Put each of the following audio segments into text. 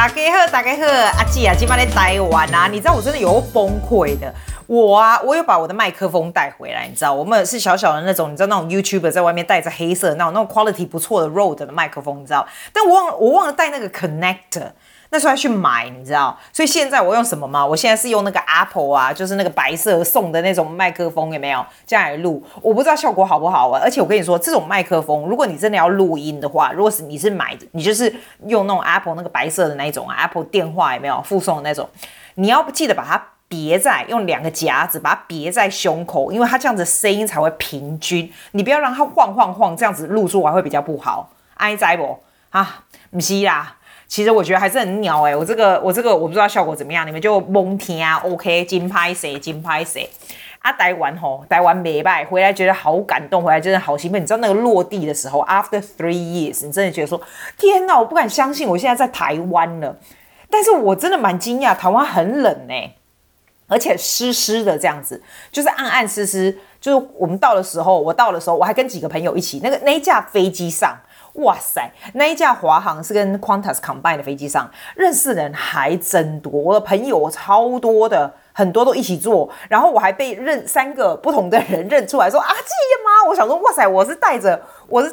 大家好，大家好，阿姐啊，今晚在台湾啊，你知道我真的有崩溃的。我有把我的麦克风带回来，你知道，我们是小小的那种，你知道那种 YouTuber 在外面带着黑色的那种 quality 不错的 Rode 的麦克风，你知道，但我忘了带那个 connector。那时候要去买，你知道，所以现在我用什么吗？我现在是用那个 Apple 啊，就是那个白色送的那种麦克风，有没有？这样来录，我不知道效果好不好啊。而且我跟你说，这种麦克风，如果你真的要录音的话，如果是你是买的，你就是用那种 Apple 那个白色的那一种 Apple 电话有没有附送的那种，你要记得把它别在用2个夹子把它别在胸口，因为它这样子声音才会平均。你不要让它晃，这样子录出来会比较不好。爱知不？啊，不是啦。其实我觉得还是很鸟我这个我不知道效果怎么样，你们就蒙听啊 ，OK， 真拍谁啊！台湾没败，回来觉得好感动，回来真的好兴奋。你知道那个落地的时候 ，after 3 years， 你真的觉得说天哪，我不敢相信我现在在台湾了。但是我真的蛮惊讶，台湾很冷而且湿湿的这样子，就是暗湿湿。就是我到的时候，我还跟几个朋友一起，那一架飞机上。哇塞，那一架华航是跟 Qantas combine 的飞机上，认识的人还真多，我的朋友超多的，很多都一起坐，然后我还被3个不同的人认出来说啊，这吗？我想说，哇塞，我是带着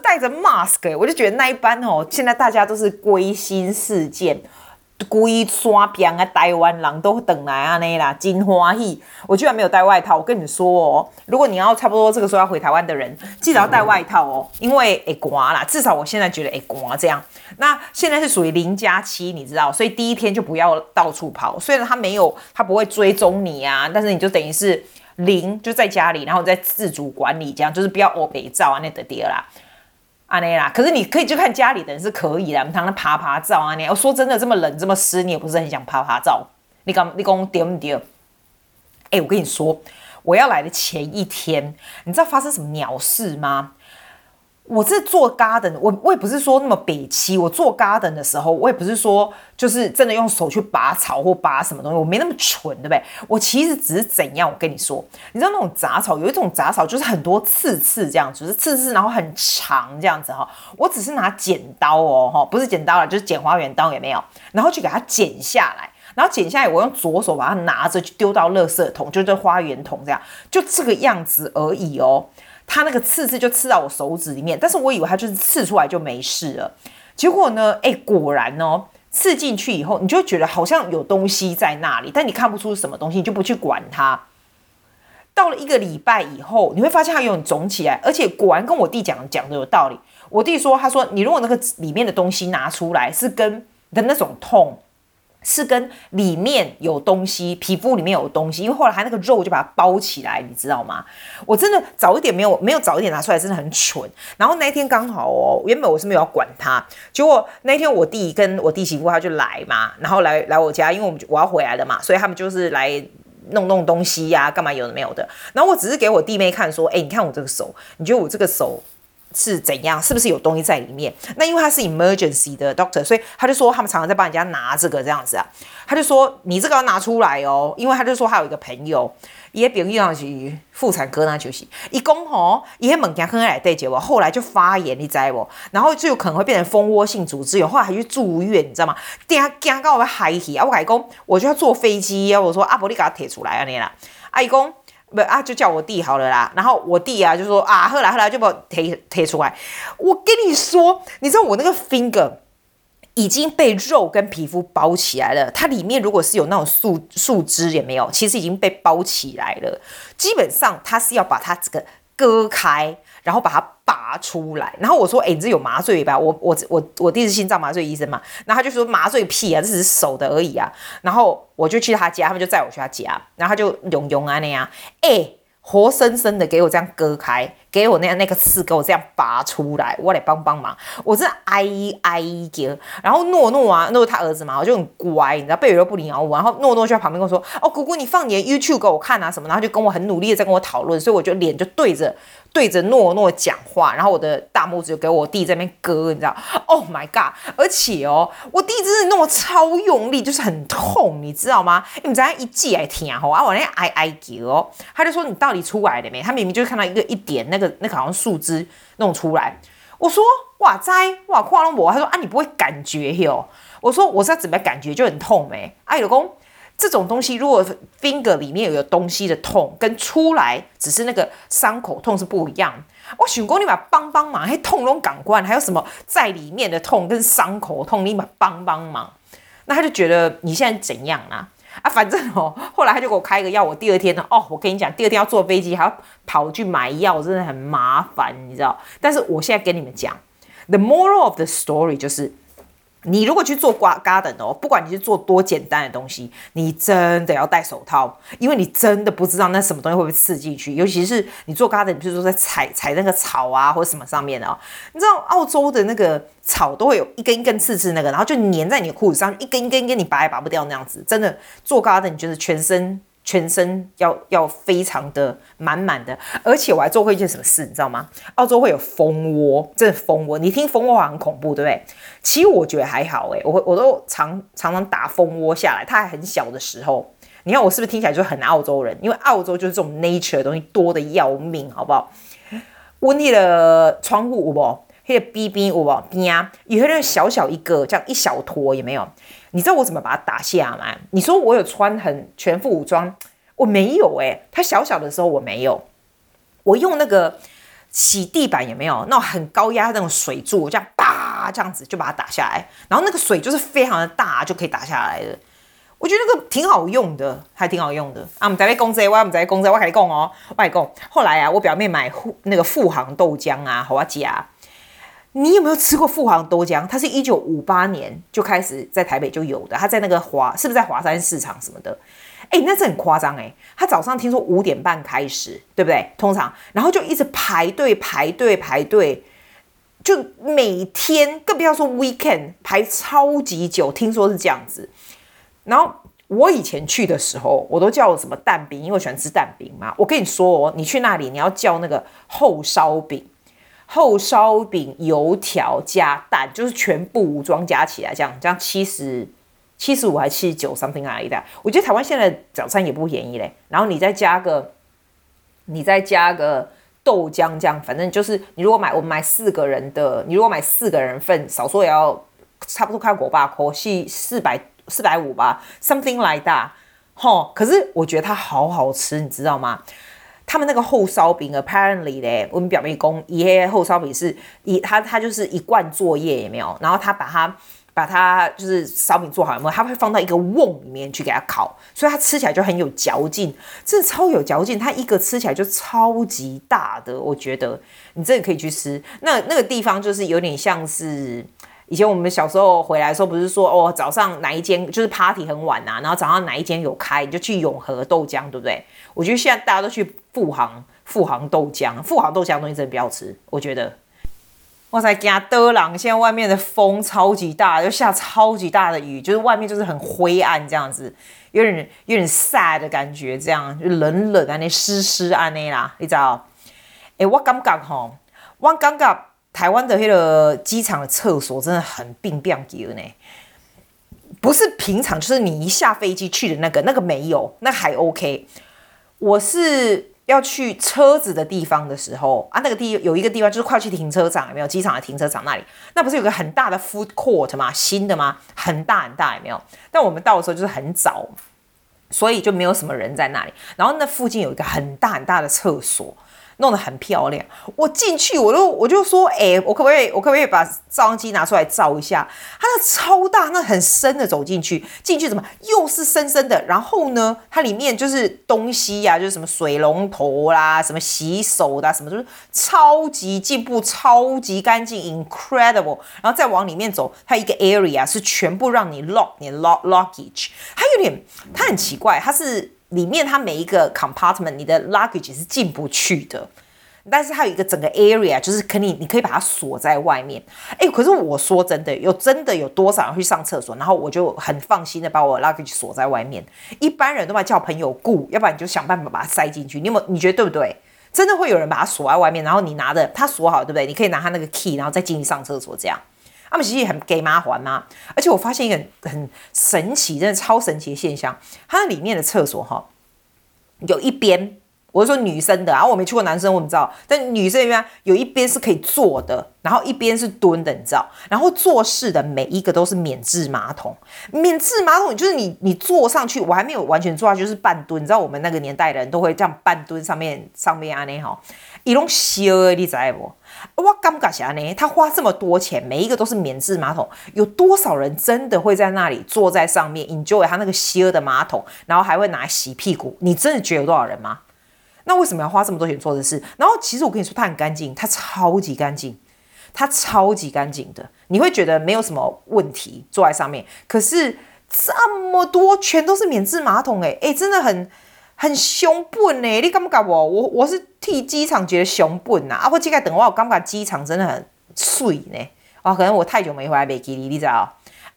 mask 我就觉得那一班现在大家都是归心似箭。规山边的台湾人都回来啊那啦，真欢喜！我居然没有带外套，我跟你说如果你要差不多这个时候要回台湾的人，记得要带外套因为会寒啦，至少我现在觉得会寒这样。那现在是属于0+7，你知道，所以第一天就不要到处跑。虽然他不会追踪你啊，但是你就等于是0就在家里，然后再自主管理这样，就是不要黑白照那的对啦。可是你可以去看家里的人是可以的，我们常常爬照我说真的，这么冷这么湿，你也不是很想爬照。你讲对不对？我跟你说，我要来的前一天，你知道发生什么鸟事吗？我是做 garden， 我也不是说那么北七。我做 garden 的时候，我也不是说就是真的用手去拔草或拔什么东西，我没那么蠢，对不对？我其实只是怎样，我跟你说，你知道那种杂草，有一种杂草就是很多刺这样子，就是刺，然后很长这样子我只是拿剪刀不是剪刀啦，就是剪花园刀，有没有？然后去给它剪下来。然后剪下来，我用左手把它拿着去丢到垃圾桶，就是花园桶这样，就这个样子而已它那个刺就刺到我手指里面，但是我以为它就是刺出来就没事了。结果呢，果然刺进去以后，你就会觉得好像有东西在那里，但你看不出是什么东西，你就不去管它。到了1个礼拜以后，你会发现它有点肿起来，而且果然跟我弟讲的有道理。我弟说，他说你如果那个里面的东西拿出来，是跟的那种痛。是跟里面有东西，皮肤里面有东西，因为后来他那个肉就把它包起来，你知道吗？我真的早一点没有早一点拿出来，真的很蠢。然后那一天刚好原本我是没有要管他，结果那一天我弟跟我弟媳妇他就来嘛，然后来我家，因为我要回来了嘛，所以他们就是来弄东西呀，干嘛有的没有的。然后我只是给我弟妹看说，你看我这个手，你觉得我这个手是怎样？是不是有东西在里面？那因为他是 emergency 的 doctor， 所以他就说他们常常在帮人家拿这个这样子啊。他就说你这个要拿出来因为他就说他有一个朋友，他的朋友是妇产科那就是他说他那物件放在里面后来就发炎，你知道不？然后就有可能会变成蜂窝性组织，后来还去住院，你知道吗？怕到我要害去我跟他说我就要坐飞机我说不然你给他提出来这样啦。他说就叫我弟好了啦。然后我弟就说后来就把我贴出来。我跟你说，你知道我那个 finger 已经被肉跟皮肤包起来了，它里面如果是有那种树枝也没有，其实已经被包起来了。基本上它是要把它这个割开，然后把它拔出来。然后我说你这有麻醉吧？我弟是心脏麻醉医生嘛，然后他就说麻醉屁啊，这只是手的而已啊。然后我就去他家，他们就载我去他家，然后他就用那样活生生的给我这样割开，给我那个刺给我这样拔出来，我来帮忙。我真的哀叫。然后诺他儿子嘛，我就很乖，你知道贝尔不理我。然后诺就在旁边跟我说，姑姑你放你的 YouTube 给我看啊什么，然后就跟我很努力的在跟我讨论，所以我就脸就对着诺讲话，然后我的大拇指就给我弟在那边割，你知道 ？Oh my god！ 而且我弟真的弄得超用力，就是很痛，你知道吗？你知道一记来听我那哀叫他就说你到底出来了没？他明明就是看到一点那个好像树枝弄出来。我说哇塞哇看到我，他说你不会感觉我说我是要怎么感觉就很痛有公这种东西，如果 finger 里面有东西的痛，跟出来只是那个伤口痛是不一样。我想说你把帮忙，还痛拢感官，还有什么在里面的痛跟伤口痛，你把帮忙。那他就觉得你现在怎样啊？反正后来他就给我开一个药，我第二天呢，我跟你讲，第二天要坐飞机，还要跑去买药，真的很麻烦，你知道？但是我现在跟你们讲 ，the moral of the story 就是，你如果去做 garden 不管你是做多简单的东西，你真的要戴手套，因为你真的不知道那什么东西会不会刺进去，尤其是你做 garden， 比如说在踩那个草啊或者什么上面你知道澳洲的那个草都会有一根一根刺那个，然后就粘在你的裤子上，一根一根一根你拔也拔不掉那样子，真的做 garden 你就是全身要非常的满满的，而且我还做过一件什么事，你知道吗？澳洲会有蜂窝，真的蜂窝，你听蜂窝好像很恐怖，对不对？其实我觉得还好我都常常打蜂窝下来，它还很小的时候，你看我是不是听起来就很澳洲人？因为澳洲就是这种 nature 的东西多的要命，好不好？我那个窗户有没有？那个边有没有边啊？有那个小小一个这样一小坨，有没有？你知道我怎么把它打下吗？你说我有穿很全副武装，我没有它小小的时候我没有，我用那个洗地板有没有？那种很高压的那种水柱，这样叭这样子就把它打下来，然后那个水就是非常的大，就可以打下来的。我觉得那个挺好用的，还挺好用的啊！我们在讲这个，我们在讲这个，我跟你讲我跟你讲，后来我表妹买那个富航豆浆啊，好我加。你有没有吃过富航豆浆？它是1958年就开始在台北就有的，它在那个是不是在华山市场什么的？那是很夸张他早上听说5点半开始，对不对？通常，然后就一直排队，就每天，更不要说 weekend 排超级久，听说是这样子。然后我以前去的时候，我都叫什么蛋饼，因为我喜欢吃蛋饼嘛。我跟你说你去那里你要叫那个厚烧饼。厚烧饼、油条加蛋，就是全部武装加起来，这样75还79 something like that。我觉得台湾现在的早餐也不便宜嘞。然后你再加个豆浆，这样反正就是你如果我们买4个人的，你如果买4个人份，少说也要差不多开500块，是450吧 ，something like that。可是我觉得它好好吃，你知道吗？他们那个厚烧饼 apparently 咧，我们表妹讲，伊厚烧饼是他就是一贯作业，有没有？然后他把它就是烧饼做好，有没有？他会放到一个瓮里面去给它烤，所以它吃起来就很有嚼劲，真的超有嚼劲。它一个吃起来就超级大的，我觉得你真的可以去吃。那个地方就是有点像是。以前我们小时候回来的时候，不是说早上哪一间就是 party 很晚然后早上哪一间有开，你就去永和豆浆，对不对？我觉得现在大家都去富航豆浆，富航豆浆的东西真的不要吃，我觉得。哇塞，惊得人！现在外面的风超级大，就下超级大的雨，就是外面就是很灰暗这样子，有点 sad 的感觉，这样就冷冷那湿安那啦，你知道？我感觉台湾的那个机场的厕所真的很病呢，不是平常，就是你一下飞机去的那个没有，那还 OK。我是要去车子的地方的时候那个有一个地方就是快去停车场，有没有？机场的停车场那里，那不是有个很大的 food court 吗？新的吗？很大很大，有没有？但我们到的时候就是很早，所以就没有什么人在那里。然后那附近有一个很大很大的厕所。弄得很漂亮，我进去我就说，我可不可以把照相机拿出来照一下？它那超大，那很深的走进去怎么又是深深的？然后呢，它里面就是东西呀，就是什么水龙头啦，什么洗手的，什么就是超级进步、超级干净 ，incredible。然后再往里面走，它一个 area 是全部让你 lock 你 luggage，它很奇怪，它是。里面它每一个 compartment 你的 luggage 是进不去的，但是它有一个整个 area 就是你可以把它锁在外面。可是我说真的有多少人去上厕所，然后我就很放心的把我 luggage 锁在外面。一般人都要叫朋友顾，要不然你就想办法把它塞进去。你觉得对不对？真的会有人把它锁在外面，然后你拿着它锁好，对不对？你可以拿它那个 key， 然后再进去上厕所这样。他们其实很给麻烦嘛，而且我发现一个很神奇，真的超神奇的现象，它里面的厕所有一边我是说女生的，然后我没去过男生，我怎么知道？但女生里面有一边是可以坐的，然后一边是蹲的，你知道？然后坐式的每一个都是免治马桶，免治马桶就是你坐上去，我还没有完全坐下去，就是半蹲。你知道我们那个年代的人都会这样半蹲上面安尼哈，伊拢烧的，你知道不？我感觉是安尼，他花这么多钱，每一个都是免治马桶，有多少人真的会在那里坐在上面 enjoy 他那个烧的马桶，然后还会拿来洗屁股？你真的觉得有多少人吗？那为什么要花这么多钱做这事？然后其实我跟你说，它很干净，它超级干净，它超级干净的，你会觉得没有什么问题坐在上面。可是这么多全都是免治马桶，真的很凶笨哎！你感觉我是替机场觉得凶笨呐，我这个等我感觉机场真的很水呢。可能我太久没回来没记你知道？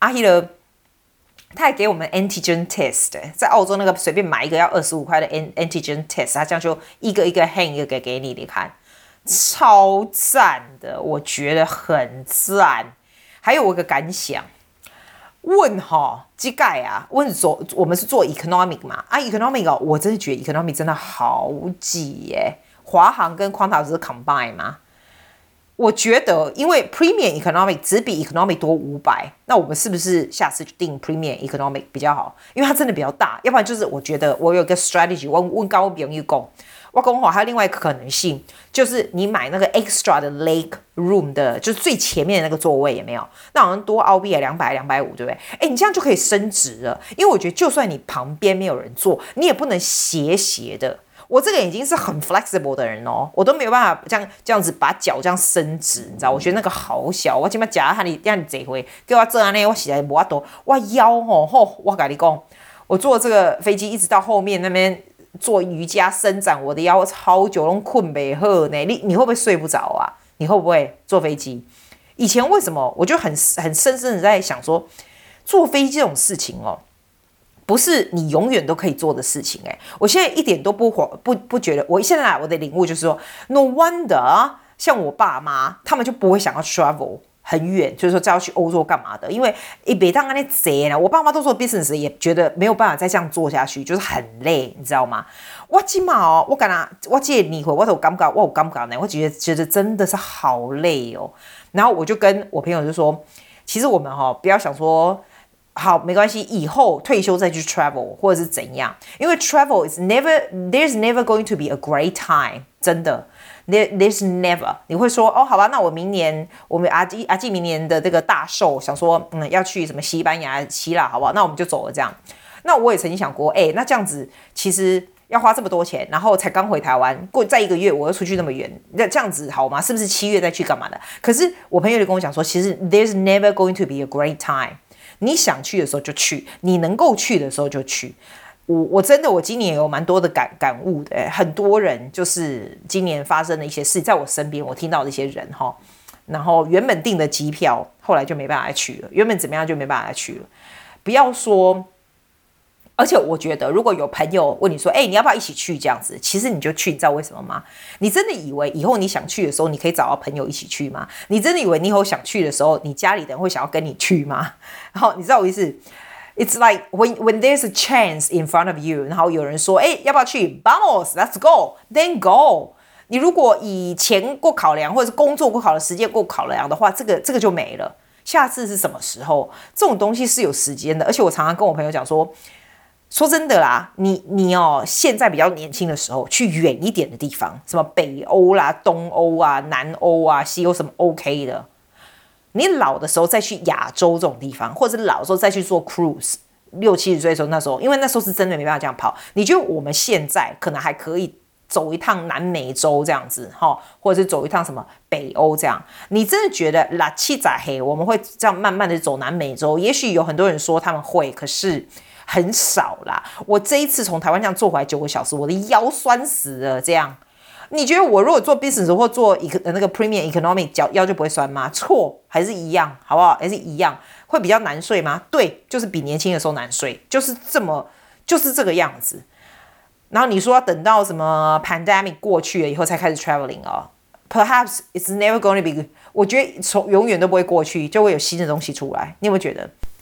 他还给我们 antigen test， 在澳洲那个随便买一个要25块的 antigen test， 他这样就一个一个 hang 一个给你看，超赞的，我觉得很赞。还有我一个感想，问这个我们是做 economic 嘛，economic 我真的觉得 economic 真的好挤耶，华航跟 Qantas 是 combine 吗？我觉得，因为 Premium Economic 只比 Economic 多500，那我们是不是下次订 Premium Economic 比较好？因为它真的比较大，要不然就是我觉得我有一个 strategy， 我问高朋友讲，我讲还有另外一个可能性，就是你买那个 extra 的 leg room 的，就是最前面的那个座位有没有？那好像多澳币200、250，对不对？你这样就可以升值了，因为我觉得就算你旁边没有人坐，你也不能斜斜的。我这个已经是很 flexible 的人哦，我都没有办法这样子把脚这样伸直，你知道？我觉得那个好小，我今麦夹他你让你这回给我这样呢，我实在无法度，我腰我跟你讲，我坐这个飞机一直到后面那边做瑜伽伸展我的腰，我超久都困不好呢。你会不会睡不着啊？你会不会坐飞机？以前为什么我就很深深的在想说，坐飞机这种事情哦。不是你永远都可以做的事情我现在一点都不觉得，我现在我的领悟就是说 ，no wonder， 像我爸妈他们就不会想要 travel 很远，就是说再要去欧洲干嘛的，因为别当那贼呢，我爸妈都做 business 也觉得没有办法再这样做下去，就是很累，你知道吗？我今嘛我感觉我这年回我有感觉，我有感觉呢，我觉得真的是好累哦。然后我就跟我朋友就说，其实我们不要想说。好，没关系，以后退休再去 travel 或者是怎样，因为 travel is there's never going to be a great time， 真的 there's never。你会说好吧，那我明年我们阿纪明年的这个大寿，想说要去什么西班牙、希腊，好不好？那我们就走了这样。那我也曾经想过，那这样子其实要花这么多钱，然后才刚回台湾，再1个月我又出去那么远，那这样子好吗？是不是7月再去干嘛的？可是我朋友就跟我讲说，其实 there's never going to be a great time。你想去的时候就去，你能够去的时候就去。我真的，我今年有蛮多的感悟的，很多人就是今年发生的一些事，在我身边我听到的一些人然后原本订的机票，后来就没办法去了，原本怎么样就没办法去了。不要说。而且我觉得，如果有朋友问你说：“你要不要一起去？”这样子，其实你就去，你知道为什么吗？你真的以为以后你想去的时候，你可以找到朋友一起去吗？你真的以为你以后想去的时候，你家里的人会想要跟你去吗？然后你知道我意思 ？It's like when there's a chance in front of you， 然后有人说：“要不要去 ？Vamos, let's go, then go。”你如果以钱过考量，或者是工作过考量、时间过考量的话，这个就没了。下次是什么时候？这种东西是有时间的，而且我常常跟我朋友讲说。说真的啦，你现在比较年轻的时候，去远一点的地方，什么北欧啦、东欧啊、南欧啊、西欧什么 OK 的。你老的时候再去亚洲这种地方，或者是老的时候再去做 cruise， 60、70岁的时候，那时候因为那时候是真的没办法这样跑。你觉得我们现在可能还可以走一趟南美洲这样子或者是走一趟什么北欧这样？你真的觉得我们会这样慢慢的走南美洲？也许有很多人说他们会，可是。很少啦，我这一次从台湾这样坐回来9个小时，我的腰酸死了。这样，你觉得我如果做 business 或做那个 premium economic， 腰就不会酸吗？错，还是一样，好不好？还是一样，会比较难睡吗？对，就是比年轻的时候难睡，就是这个样子。然后你说要等到什么 pandemic 过去了以后才开始 traveling perhaps it's never going to be good。我觉得永远都不会过去，就会有新的东西出来。你有没有觉得？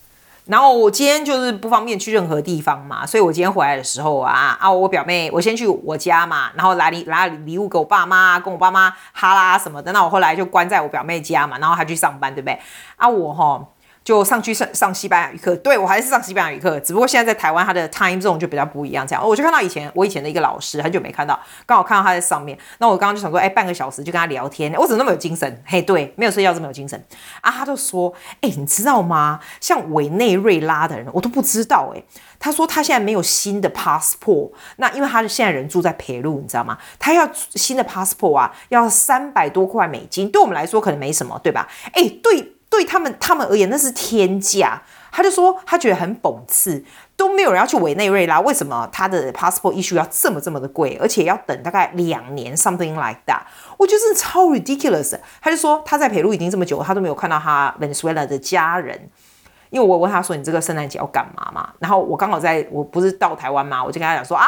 然后我今天就是不方便去任何地方嘛，所以我今天回来的时候我表妹我先去我家嘛，然后拿礼物给我爸妈，跟我爸妈哈拉什么的。那我后来就关在我表妹家嘛，然后她去上班，对不对？我就上去上西班牙语课，对，我还是上西班牙语课，只不过现在在台湾，他的 time zone 就比较不一样。这样，我就看到我以前的一个老师，很久没看到，刚好看到他在上面。那我刚刚就想说，半个小时就跟他聊天，我怎么那么有精神？嘿，对，没有睡觉这么有精神他就说，你知道吗？像委内瑞拉的人，我都不知道他说他现在没有新的 passport， 那因为他现在人住在佩鲁，你知道吗？他要新的 passport 要300多块美金，对我们来说可能没什么，对吧？对他们而言那是天价。他就说他觉得很讽刺，都没有人要去委内瑞拉，为什么他的 passport issue 要这么的贵，而且要等大概2年 something like that？ 我觉得真的超 ridiculous。他就说他在佩鲁已经这么久，他都没有看到他 Venezuela 的家人。因为我问他说你这个圣诞节要干嘛嘛？然后我刚好我不是到台湾嘛，我就跟他讲说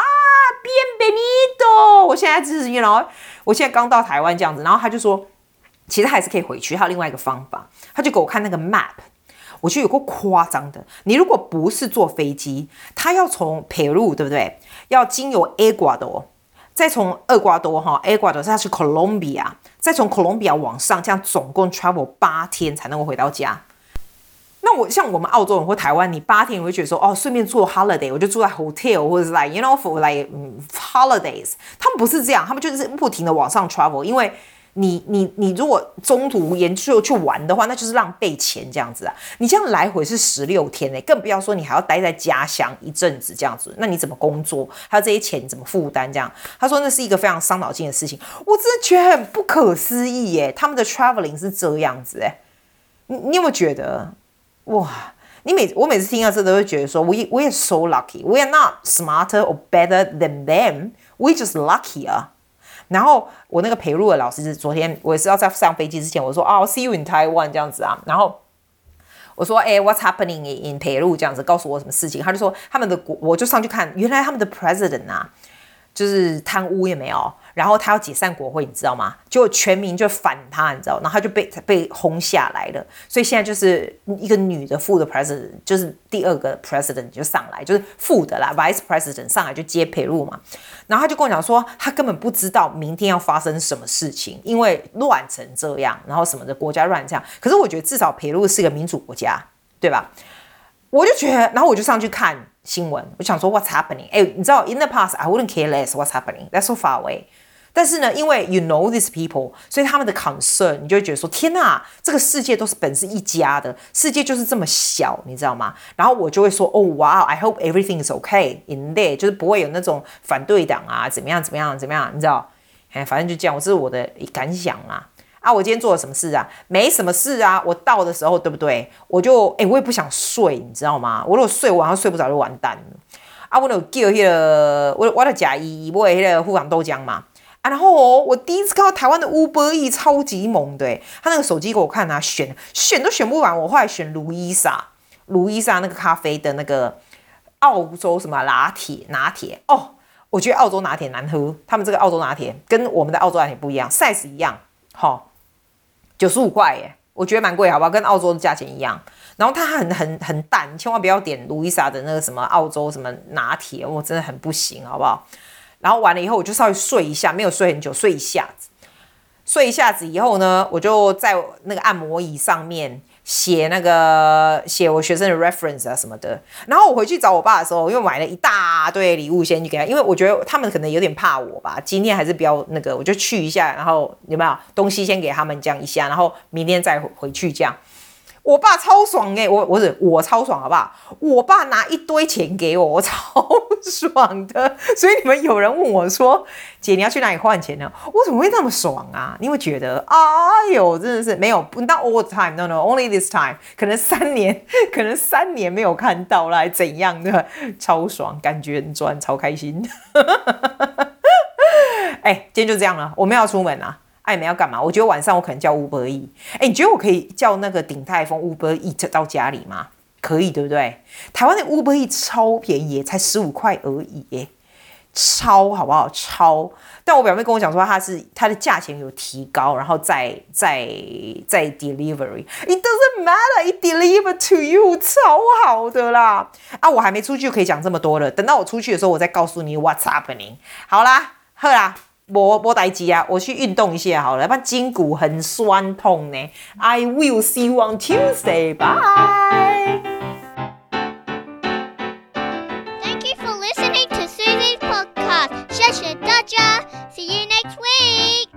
bienvenido， 我现在就是我现在刚到台湾这样子。然后他就说其实还是可以回去，还有另外一个方法，他就给我看那个 map。我觉得有够夸张的，你如果不是坐飞机，他要从佩鲁，对不对？要经由厄瓜多，再从厄瓜多厄瓜多再去 Colombia， 再从 Colombia 往上，这样总共 travel 8天才能够回到家。那像我们澳洲人或台湾，你8天你会觉得说顺便做 holiday， 我就住在 hotel 或者是 for holidays。他们不是这样，他们就是不停的往上 travel， 因为你如果中途研究去玩的话，那就是浪费钱这样子你这样来回是16天更不要说你还要待在家乡一阵子这样子，那你怎么工作？还有这些钱你怎么负担？这样，他说那是一个非常伤脑筋的事情。我真的觉得很不可思议他们的 traveling 是这样子你有没有觉得哇？我每次听到这都会觉得说 we are so lucky, we are not smarter or better than them, we just luckier。然后我那个培路的老师，昨天我也是要在上飞机之前，我说I'll see you in Taiwan 这样子然后我说what's happening in 培路这样子，告诉我什么事情。他就说他们的我就上去看，原来他们的 president 就是贪污也没有，然后他要解散国会，你知道吗？结果全民就反他，你知道，然后他就被轰下来了。所以现在就是一个女的副的 president， 就是第2个 president 就上来，就是副的啦 vice president 上来就接佩路嘛。然后他就跟我讲说，他根本不知道明天要发生什么事情，因为乱成这样，然后什么的国家乱这样。可是我觉得至少佩路是个民主国家，对吧？我就觉得，然后我就上去看新闻，我想说 what's happening？ 你知道 in the past I wouldn't care less what's happening. That's so far away. 但是呢，因为 you know these people， 所以他们的 concern， 你就会觉得说，天哪，这个世界都是本是一家的，世界就是这么小，你知道吗？然后我就会说wow, I hope everything is okay in there， 就是不会有那种反对党怎么样，你知道？反正就这样，这是我的感想我今天做了什么事没什么事我到的时候，对不对？我也不想睡，你知道吗？我如果睡晚上睡不着就完蛋了我就叫我的假姨买那个富航豆浆嘛然后我第一次看到台湾的 Uber E 超级猛的他那个手机给我看选都选不完，我后来选卢伊莎那个咖啡的那个澳洲什么拿铁我觉得澳洲拿铁难喝，他们这个澳洲拿铁跟我们的澳洲拿铁不一样 ，size 一样，95块我觉得蛮贵，好不好？跟澳洲的价钱一样。然后它很淡，你千万不要点卢伊莎的那个什么澳洲什么拿铁，我真的很不行，好不好？然后完了以后，我就稍微睡一下，没有睡很久，睡一下子以后呢，我就在那个按摩椅上面写我学生的 reference 什么的。然后我回去找我爸的时候，因为买了一大堆礼物先去给他，因为我觉得他们可能有点怕我吧，今天还是不要我就去一下，然后有没有东西先给他们这样一下，然后明天再回去这样。我爸超爽我超爽好不好？我爸拿一堆钱给我，我超爽的。所以你们有人问我说：“姐，你要去哪里换钱呢？”我怎么会那么爽你会觉得，哎呦，真的是没有，不到 all the time， no only this time， 可能3年没有看到啦，怎样的超爽，感觉很赚，超开心。今天就这样了，我们要出门你们要干嘛？我觉得晚上我可能叫 Uber E。你觉得我可以叫那个鼎泰丰 Uber Eat 到家里吗？可以，对不对？台湾的 Uber Eat 超便宜才15块而已超好不好？超。但我表妹跟我讲说，它的价钱有提高，然后再 delivery。It doesn't matter, it deliver to you， 超好的啦。啊，我还没出去就可以讲这么多了。等到我出去的时候，我再告诉你 what's happening。好啦，好啦。没代志啊，我去运动一下好了，不然筋骨很酸痛呢。I will see you on Tuesday. Bye. Thank you for listening to Susie's podcast. 谢谢大家. See you next week.